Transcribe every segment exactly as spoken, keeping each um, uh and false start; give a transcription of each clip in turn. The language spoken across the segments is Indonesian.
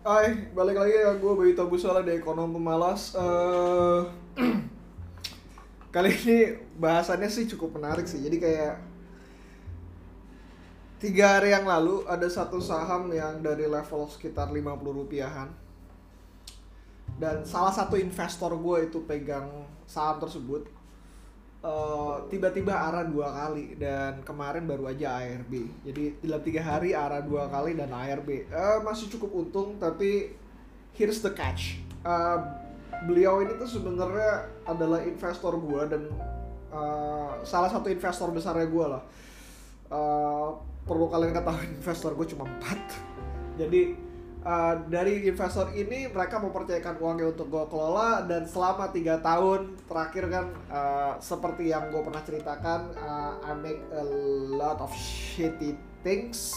Hai, balik lagi ya gue Bayu Tabusala dari Ekonom Pemalas. Eh kali ini bahasannya sih cukup menarik sih. Jadi kayak tiga hari yang lalu ada satu saham yang dari level sekitar lima puluh rupiahan. Dan salah satu investor gue itu pegang saham tersebut. Eh, tiba-tiba arah dua kali dan kemarin baru aja A R B. Jadi dalam tiga hari arah dua kali dan A R B. Eh, masih cukup untung, tapi here's the catch. Eh, beliau ini tuh sebenarnya adalah investor gua dan eh, salah satu investor besarnya gua lah. Eh, perlu kalian ketahui investor gue cuma empat. Jadi uh, dari investor ini mereka mempercayakan uangnya untuk gue kelola, dan selama tiga tahun terakhir kan uh, seperti yang gue pernah ceritakan, uh, I make a lot of shitty things,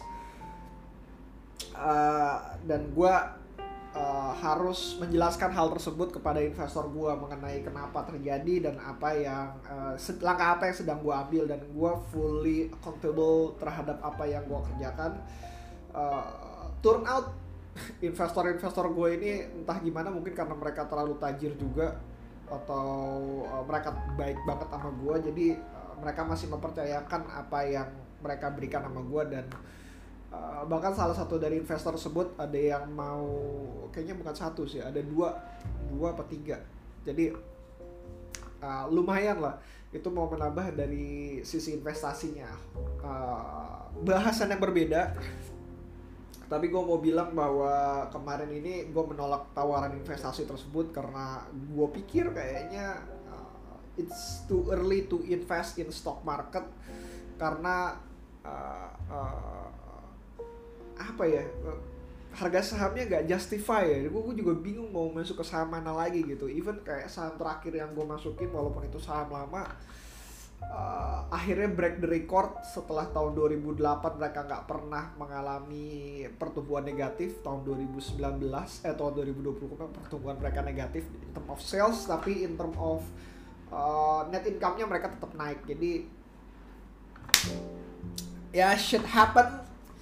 uh, dan gue uh, harus menjelaskan hal tersebut kepada investor gue mengenai kenapa terjadi dan apa yang uh, langkah apa yang sedang gue ambil, dan gue fully accountable terhadap apa yang gue kerjakan. Uh, turn out investor-investor gue ini entah gimana, mungkin karena mereka terlalu tajir juga atau uh, mereka baik banget sama gue, jadi uh, mereka masih mempercayakan apa yang mereka berikan sama gue. Dan uh, bahkan salah satu dari investor tersebut ada yang mau, kayaknya bukan satu sih, ada dua dua apa tiga. Jadi uh, lumayan lah itu mau menambah dari sisi investasinya. Uh, bahasan yang berbeda, tapi gue mau bilang bahwa kemarin ini gue menolak tawaran investasi tersebut karena gue pikir kayaknya uh, it's too early to invest in stock market, karena uh, uh, apa ya, uh, harga sahamnya gak justify ya. Gue juga bingung mau masuk ke saham mana lagi gitu. Even kayak saham terakhir yang gue masukin, walaupun itu saham lama, Uh, akhirnya break the record setelah tahun dua ribu delapan mereka nggak pernah mengalami pertumbuhan negatif. Tahun dua ribu sembilan belas eh tahun dua ribu dua puluh pertumbuhan mereka negatif in term of sales, tapi in term of uh, net income-nya mereka tetap naik. Jadi ya shit happen.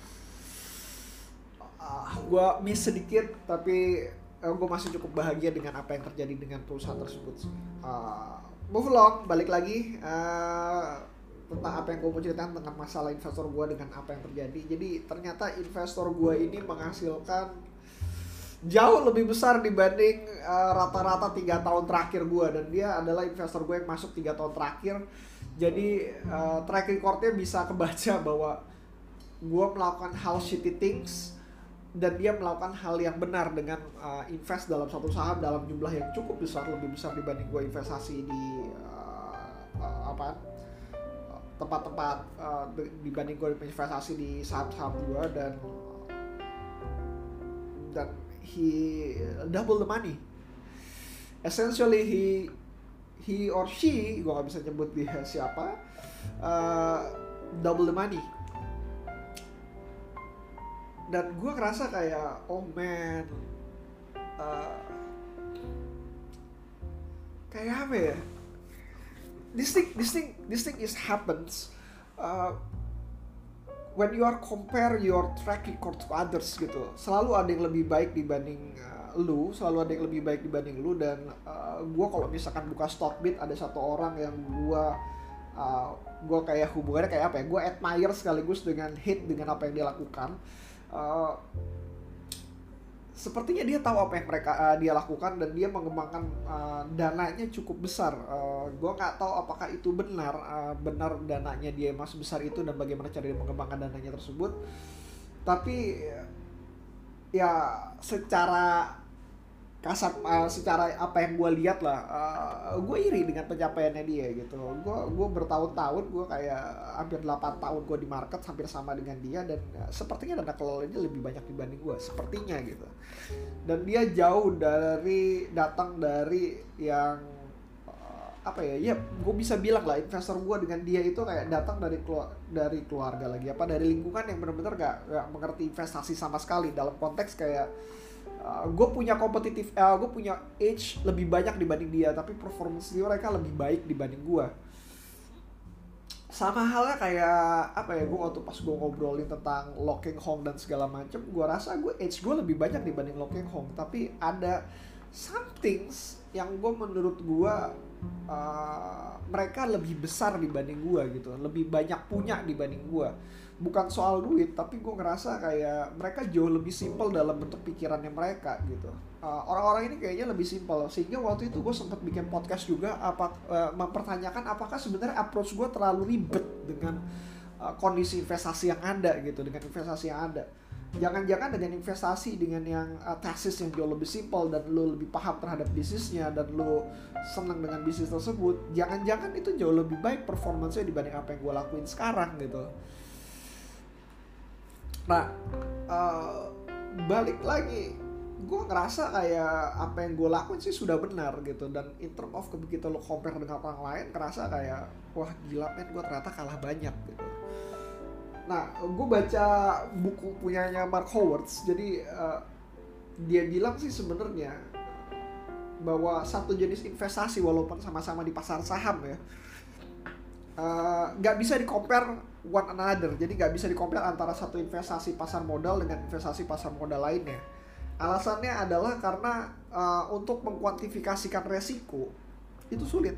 Uh, gue miss sedikit, tapi uh, gue masih cukup bahagia dengan apa yang terjadi dengan perusahaan tersebut sih. Uh, Move along, balik lagi uh, tentang apa yang gue mau ceritakan tentang masalah investor gue dengan apa yang terjadi. Jadi ternyata investor gue ini menghasilkan jauh lebih besar dibanding uh, rata-rata tiga tahun terakhir gue, dan dia adalah investor gue yang masuk tiga tahun terakhir. Jadi uh, track recordnya bisa kebaca bahwa gue melakukan hal shitty things dan dia melakukan hal yang benar dengan uh, invest dalam satu saham dalam jumlah yang cukup besar, lebih besar dibanding gue investasi di uh, uh, apa uh, tempat-tempat uh, dibanding gue investasi di saham-saham gue, dan dan he double the money. Essentially he he or she, gue gak bisa nyebut dia siapa, uh, double the money. Dan gue ngerasa kayak oh man, uh, kayak apa ya, this thing this thing this thing is happens uh, when you are compare your track record to others gitu. Selalu ada yang lebih baik dibanding uh, lu, selalu ada yang lebih baik dibanding lu. Dan uh, gue kalau misalkan buka Stockbit, ada satu orang yang gue uh, gue kayak hubungannya kayak apa ya, gue admire sekaligus dengan hate dengan apa yang dia lakukan. Uh, sepertinya dia tahu apa yang mereka uh, dia lakukan, dan dia mengembangkan uh, dananya cukup besar. Uh, gue nggak tahu apakah itu benar uh, benar dananya dia masih besar itu dan bagaimana cara dia mengembangkan dananya tersebut. Tapi ya secara kasar, uh, secara apa yang gue lihat lah, uh, gue iri dengan pencapaiannya dia gitu. Gue gue bertahun-tahun, gue kayak hampir delapan tahun gue di market, hampir sama dengan dia, dan uh, sepertinya dana kelolanya lebih banyak dibanding gue, sepertinya gitu. Dan dia jauh dari datang dari yang uh, apa ya, ya gue bisa bilang lah investor gue dengan dia itu kayak datang dari kelu- dari keluarga lagi, apa dari lingkungan yang benar-benar gak, gak mengerti investasi sama sekali. Dalam konteks kayak Uh, gue punya kompetitif, uh, gue punya age lebih banyak dibanding dia, tapi performance dia mereka lebih baik dibanding gue. sama halnya kayak apa ya, gue waktu pas gue ngobrolin tentang Locking Hong dan segala macem, gue rasa gue age gue lebih banyak dibanding Locking Hong, tapi ada some things yang gue menurut gue uh, mereka lebih besar dibanding gue gitu, lebih banyak punya dibanding gue. Bukan soal duit, tapi gue ngerasa kayak mereka jauh lebih simpel dalam bentuk pikirannya mereka gitu. Uh, orang-orang ini kayaknya lebih simpel, sehingga waktu itu gue sempat bikin podcast juga apa uh, mempertanyakan apakah sebenarnya approach gue terlalu ribet dengan uh, kondisi investasi yang ada gitu, dengan investasi yang ada. Jangan-jangan dengan investasi dengan yang uh, tesis yang jauh lebih simpel dan lo lebih paham terhadap bisnisnya dan lo senang dengan bisnis tersebut, jangan-jangan itu jauh lebih baik performance-nya dibanding apa yang gue lakuin sekarang gitu. Nah, uh, balik lagi, gue ngerasa kayak apa yang gue lakuin sih sudah benar gitu. Dan in term of begitu lo compare dengan orang lain, ngerasa kayak wah gila men, gue ternyata kalah banyak gitu. Nah, gue baca buku punyanya Mark Howard. Jadi uh, dia bilang sih sebenarnya bahwa satu jenis investasi walaupun sama-sama di pasar saham ya, nggak uh, bisa di-compare one another. Jadi nggak bisa di-compare antara satu investasi pasar modal dengan investasi pasar modal lainnya. Alasannya adalah karena uh, untuk mengkuantifikasikan resiko itu sulit.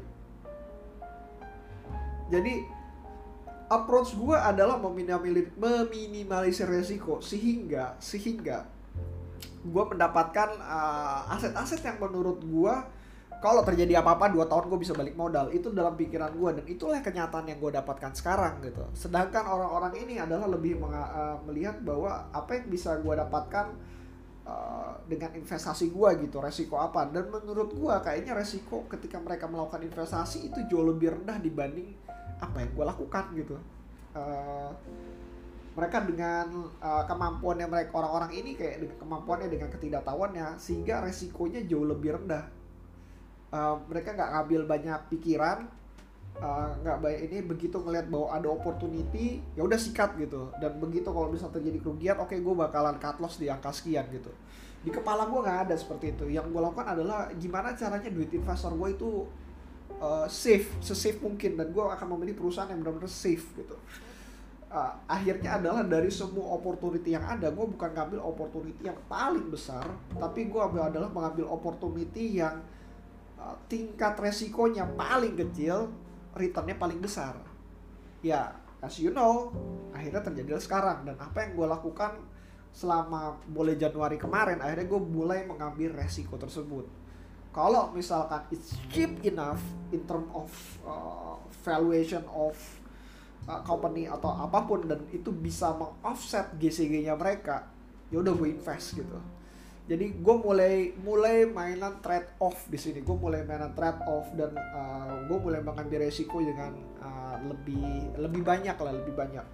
Jadi approach gue adalah meminimalisir resiko sehingga sehingga gue mendapatkan uh, aset-aset yang menurut gue kalau terjadi apa-apa dua tahun gue bisa balik modal. Itu dalam pikiran gue, dan itulah kenyataan yang gue dapatkan sekarang gitu. Sedangkan orang-orang ini adalah lebih menga- uh, melihat bahwa apa yang bisa gue dapatkan uh, dengan investasi gue gitu, resiko apa. Dan menurut gue kayaknya resiko ketika mereka melakukan investasi itu jauh lebih rendah dibanding apa yang gue lakukan gitu. Uh, mereka dengan uh, kemampuannya mereka, orang-orang ini kayak dengan kemampuannya dengan ketidaktahuannya, sehingga resikonya jauh lebih rendah. Uh, mereka nggak ngambil banyak pikiran, nggak uh, banyak ini, begitu ngelihat bahwa ada opportunity ya udah sikat gitu. Dan begitu kalau bisa terjadi kerugian, oke okay, gue bakalan cut loss di angka sekian gitu. Di kepala gue nggak ada seperti itu. Yang gue lakukan adalah gimana caranya duit investor gue itu uh, safe, se-safe mungkin, dan gue akan memilih perusahaan yang benar-benar safe gitu. Uh, akhirnya adalah dari semua opportunity yang ada, gue bukan ngambil opportunity yang paling besar, tapi gue adalah mengambil opportunity yang uh, tingkat resikonya paling kecil, returnnya paling besar. Ya, as you know, akhirnya terjadi sekarang. Dan apa yang gue lakukan selama mulai Januari kemarin, akhirnya gue mulai mengambil resiko tersebut. Kalau misalkan it's cheap enough in term of uh, valuation of uh, company atau apapun, dan itu bisa meng-offset G C G-nya mereka, ya udah gue invest gitu. Jadi gue mulai mulai mainan trade off di sini. Gue mulai mainan trade off dan uh, gue mulai mengambil resiko dengan uh, lebih lebih banyak lah, lebih banyak.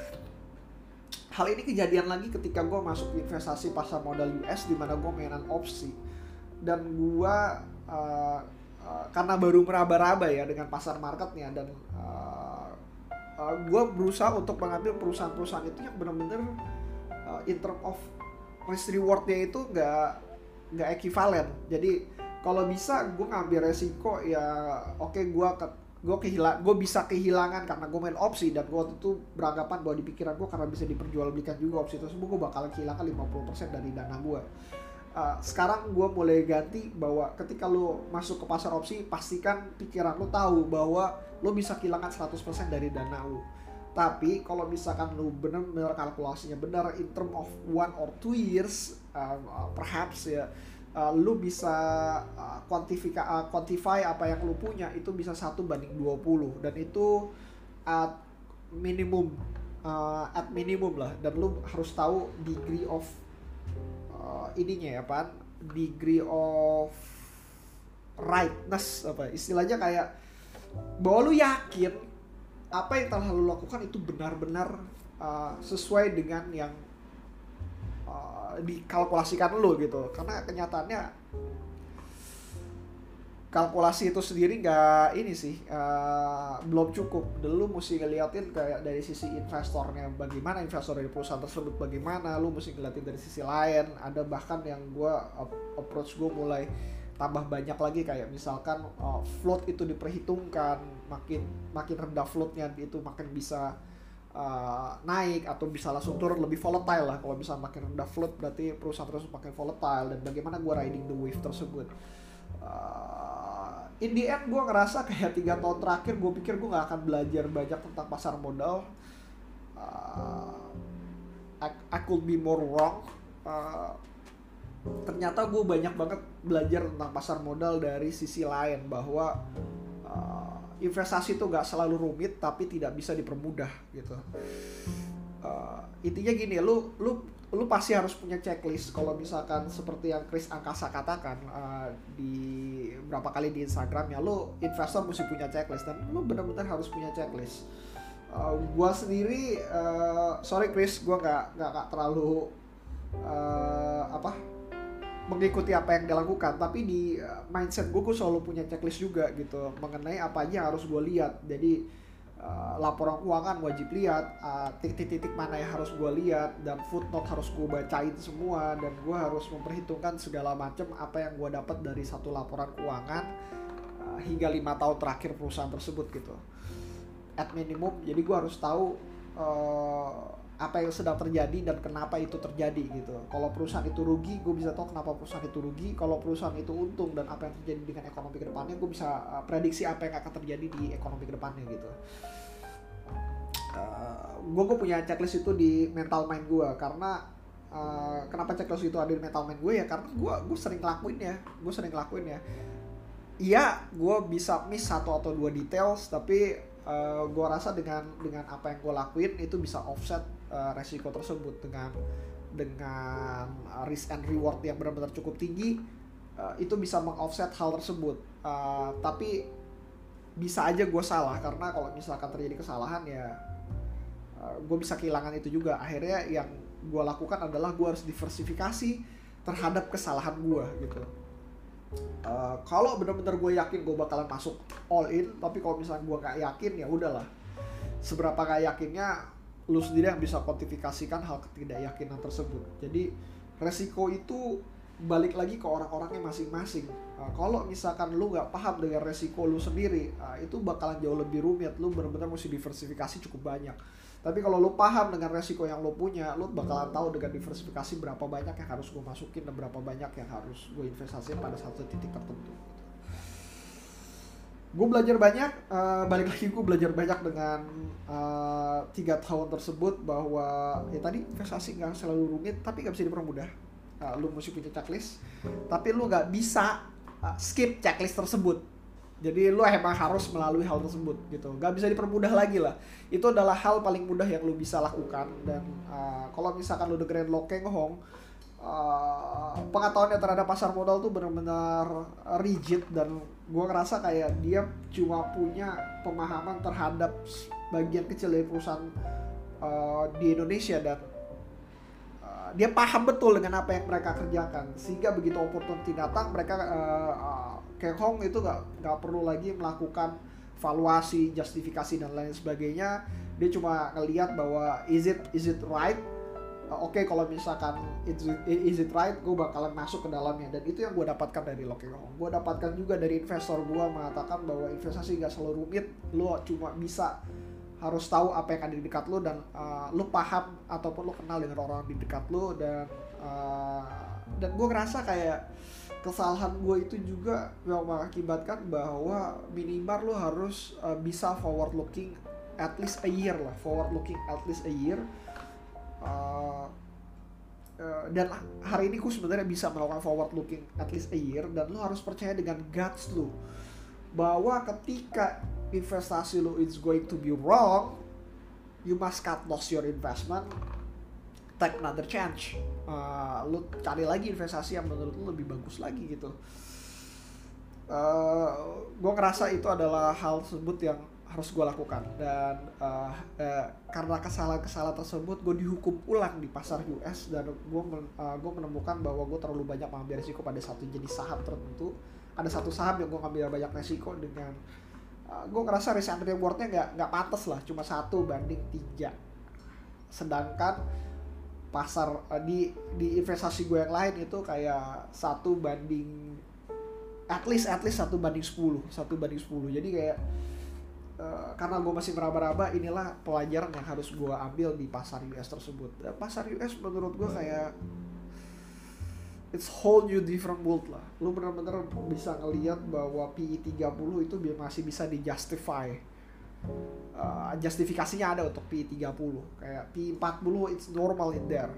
Hal ini kejadian lagi ketika gue masuk investasi pasar modal U S, di mana gue mainan opsi. Dan gue uh, uh, karena baru meraba-raba ya dengan pasar marketnya, dan uh, uh, gue berusaha untuk mengambil perusahaan-perusahaan itu yang benar-benar uh, in term of risk rewardnya itu nggak nggak ekivalen. Jadi kalau bisa gue ngambil resiko ya oke, okay, gue ke, gue kehilang gue bisa kehilangan karena gue main opsi, dan gue waktu itu beranggapan bahwa di pikiran gue karena bisa diperjualbelikan juga opsi tersebut, gue bakalan kehilangan lima puluh persen dari dana gue. Uh, sekarang gue mulai ganti bahwa ketika lo masuk ke pasar opsi, pastikan pikiran lo tahu bahwa lo bisa kehilangan seratus persen dari dana lo. Tapi kalau misalkan lo benar-benar kalkulasinya benar in term of one or two years, uh, uh, perhaps ya, uh, lo bisa uh, quantify, uh, quantify apa yang lo punya itu bisa satu banding dua puluh, dan itu at minimum, uh, at minimum lah. Dan lo harus tahu degree of uh, ininya ya Pan, degree of rightness, apa istilahnya, kayak bahwa lo yakin apa yang telah lo lakukan itu benar-benar uh, sesuai dengan yang uh, dikalkulasikan lo gitu. Karena kenyataannya kalkulasi itu sendiri nggak ini sih, uh, belum cukup. Dulu mesti ngeliatin kayak dari sisi investornya bagaimana, investor dari perusahaan tersebut bagaimana, lu mesti ngeliatin dari sisi lain. Ada bahkan yang gue approach gue mulai tambah banyak lagi, kayak misalkan uh, float itu diperhitungkan, makin makin rendah floatnya itu makin bisa uh, naik atau bisa langsung turun, lebih volatile lah. Kalau bisa makin rendah float berarti perusahaan terus makin volatile, dan bagaimana gue riding the wave tersebut. Uh, in the end gue ngerasa kayak tiga tahun terakhir gue pikir gue nggak akan belajar banyak tentang pasar modal. uh, I, I could be more wrong. uh, ternyata gue banyak banget belajar tentang pasar modal dari sisi lain, bahwa uh, investasi itu gak selalu rumit tapi tidak bisa dipermudah gitu. Uh, intinya gini, lu lu lu pasti harus punya checklist. Kalau misalkan seperti yang Chris Angkasa katakan uh, di berapa kali di Instagram ya, lu investor mesti punya checklist, dan lu benar-benar harus punya checklist. Uh, gua sendiri uh, sorry Chris, gua nggak nggak terlalu uh, apa mengikuti apa yang dilakukan, tapi di uh, mindset gue gue selalu punya checklist juga gitu mengenai apa aja yang harus gue lihat. Jadi uh, laporan keuangan wajib lihat, uh, titik-titik mana yang harus gue lihat, dan footnote harus gue bacain semua, dan gue harus memperhitungkan segala macam apa yang gue dapat dari satu laporan keuangan uh, hingga lima tahun terakhir perusahaan tersebut gitu, at minimum. Jadi gue harus tahu uh, apa yang sedang terjadi dan kenapa itu terjadi gitu. Kalau perusahaan itu rugi, gue bisa tahu kenapa perusahaan itu rugi. Kalau perusahaan itu untung dan apa yang terjadi dengan ekonomi ke depannya, gue bisa uh, prediksi apa yang akan terjadi di ekonomi ke depannya gitu. Uh, gue gue punya checklist itu di mental mind gue, karena uh, kenapa checklist itu ada di mental mind gue ya, karena gue gue sering lakuin ya, gue sering lakuin ya. Iya, gue bisa miss satu atau dua details, tapi uh, gue rasa dengan dengan apa yang gue lakuin itu bisa offset Uh, resiko tersebut dengan dengan risk and reward yang benar-benar cukup tinggi. Uh, itu bisa meng-offset hal tersebut. Uh, tapi bisa aja gue salah, karena kalau misalkan terjadi kesalahan ya uh, gue bisa kehilangan itu juga. Akhirnya yang gue lakukan adalah gue harus diversifikasi terhadap kesalahan gue gitu. Uh, kalau benar-benar gue yakin gue bakalan masuk all in, tapi kalau misalnya gue nggak yakin ya udahlah. Seberapa nggak yakinnya lu sendiri yang bisa kuantifikasikan hal ketidakyakinan tersebut. Jadi resiko itu balik lagi ke orang-orangnya masing-masing. Uh, kalau misalkan lu nggak paham dengan resiko lu sendiri, uh, itu bakalan jauh lebih rumit. Lu benar-benar mesti diversifikasi cukup banyak. Tapi kalau lu paham dengan resiko yang lu punya, lu bakalan tahu dengan diversifikasi berapa banyak yang harus gue masukin dan berapa banyak yang harus gue investasiin pada satu titik tertentu. Gue belajar banyak, uh, balik lagi gue belajar banyak dengan uh, tiga tahun tersebut, bahwa ya tadi investasi nggak selalu rumit tapi nggak bisa dipermudah. Uh, lu mesti punya checklist, tapi lu nggak bisa uh, skip checklist tersebut. Jadi lu emang harus melalui hal tersebut gitu, nggak bisa dipermudah lagi lah. Itu adalah hal paling mudah yang lu bisa lakukan. Dan uh, kalau misalkan lu dengerin Lo Keng Hong, Uh, pengetahuannya terhadap pasar modal tuh benar-benar rigid, dan gue ngerasa kayak dia cuma punya pemahaman terhadap bagian kecil dari perusahaan uh, di Indonesia, dan uh, dia paham betul dengan apa yang mereka kerjakan, sehingga begitu opportunity datang mereka uh, uh, Keng Hong itu gak, gak perlu lagi melakukan valuasi, justifikasi dan lain sebagainya. Dia cuma ngelihat bahwa is it is it right. Oke, okay, kalau misalkan is it, is it right, gue bakalan masuk ke dalamnya. Dan itu yang gue dapatkan dari Lo Keng Hong. Gue dapatkan juga dari investor gue, mengatakan bahwa investasi gak selalu rumit. Lo cuma bisa harus tahu apa yang ada di dekat lo, dan uh, lo paham ataupun lo kenal dengan orang di dekat lo. Dan uh, dan gue ngerasa kayak kesalahan gue itu juga yang mengakibatkan bahwa minimal lo harus uh, bisa forward looking at least a year lah. Forward looking at least a year. Uh, uh, dan hari ini gue sebenarnya bisa melakukan forward looking at least a year, dan lo harus percaya dengan guts lo bahwa ketika investasi lo is going to be wrong, you must cut loss your investment, take another chance. Uh, lo cari lagi investasi yang menurut lo lebih bagus lagi gitu. Uh, gue ngerasa itu adalah hal tersebut yang harus gue lakukan. Dan uh, uh, karena kesalahan-kesalahan tersebut gue dihukum ulang di pasar U S, dan gue men- uh, gue menemukan bahwa gue terlalu banyak mengambil risiko pada satu jenis saham tertentu. Ada satu saham yang gue ngambil banyak risiko dengan uh, gue ngerasa risk and rewardnya nggak nggak pantas lah, cuma satu banding tiga. Sedangkan pasar uh, di di investasi gue yang lain itu kayak satu banding at least at least satu banding sepuluh, satu banding sepuluh. Jadi kayak Uh, karena gue masih meraba-raba, inilah pelajaran yang harus gue ambil di pasar U S tersebut. Uh, pasar U S menurut gue kayak it's whole new different world lah. Lu bener-bener bisa ngelihat bahwa P E tiga puluh itu masih bisa di justify. Uh, justifikasinya ada untuk P E tiga puluh. Kayak P E empat puluh it's normal in there.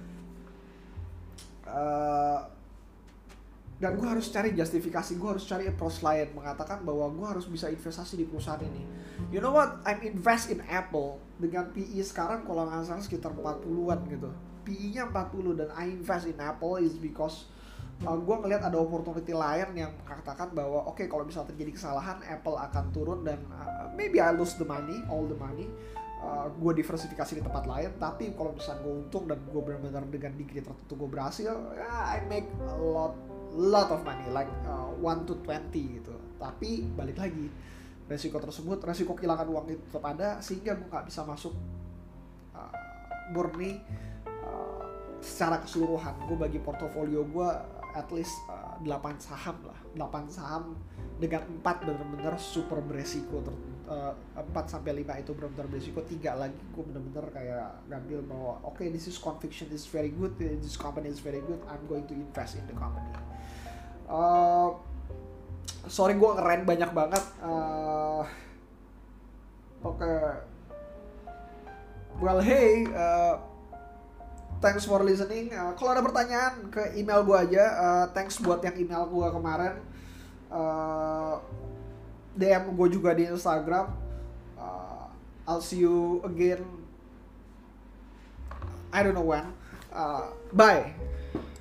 Uh, dan gue harus cari justifikasi, gue harus cari approach lain mengatakan bahwa gue harus bisa investasi di perusahaan ini. You know what? I'm invest in Apple dengan P E sekarang kalau nggak salah sekitar empat puluhan gitu. P E-nya empat puluh dan I invest in Apple is because uh, gue ngelihat ada opportunity lain yang mengatakan bahwa oke okay, kalau misalnya terjadi kesalahan Apple akan turun dan uh, maybe I lose the money, all the money. Uh, gue diversifikasi di tempat lain, tapi kalau misalnya gue untung dan gue benar-benar dengan degree tertentu gue berhasil, yeah, I make a lot lot of money like uh, one to twenty gitu. Tapi balik lagi, resiko tersebut, resiko kehilangan uang itu tetap ada, sehingga gue nggak bisa masuk uh, murni uh, secara keseluruhan. Gue bagi portofolio gue at least uh, delapan saham lah, delapan saham dengan empat benar-benar super beresiko, uh, empat sampai lima itu benar-benar beresiko, tiga lagi gue benar-benar kayak ngambil bahwa oke okay, this is conviction is very good, this company is very good, I'm going to invest in the company. Uh, sorry gue nge-rant banyak banget. Uh, Oke, okay. Well hey, uh, thanks for listening. Uh, kalau ada pertanyaan ke email gue aja. Uh, thanks buat yang email gue kemarin. Uh, D M gue juga di Instagram. Uh, I'll see you again. I don't know when. Uh, bye.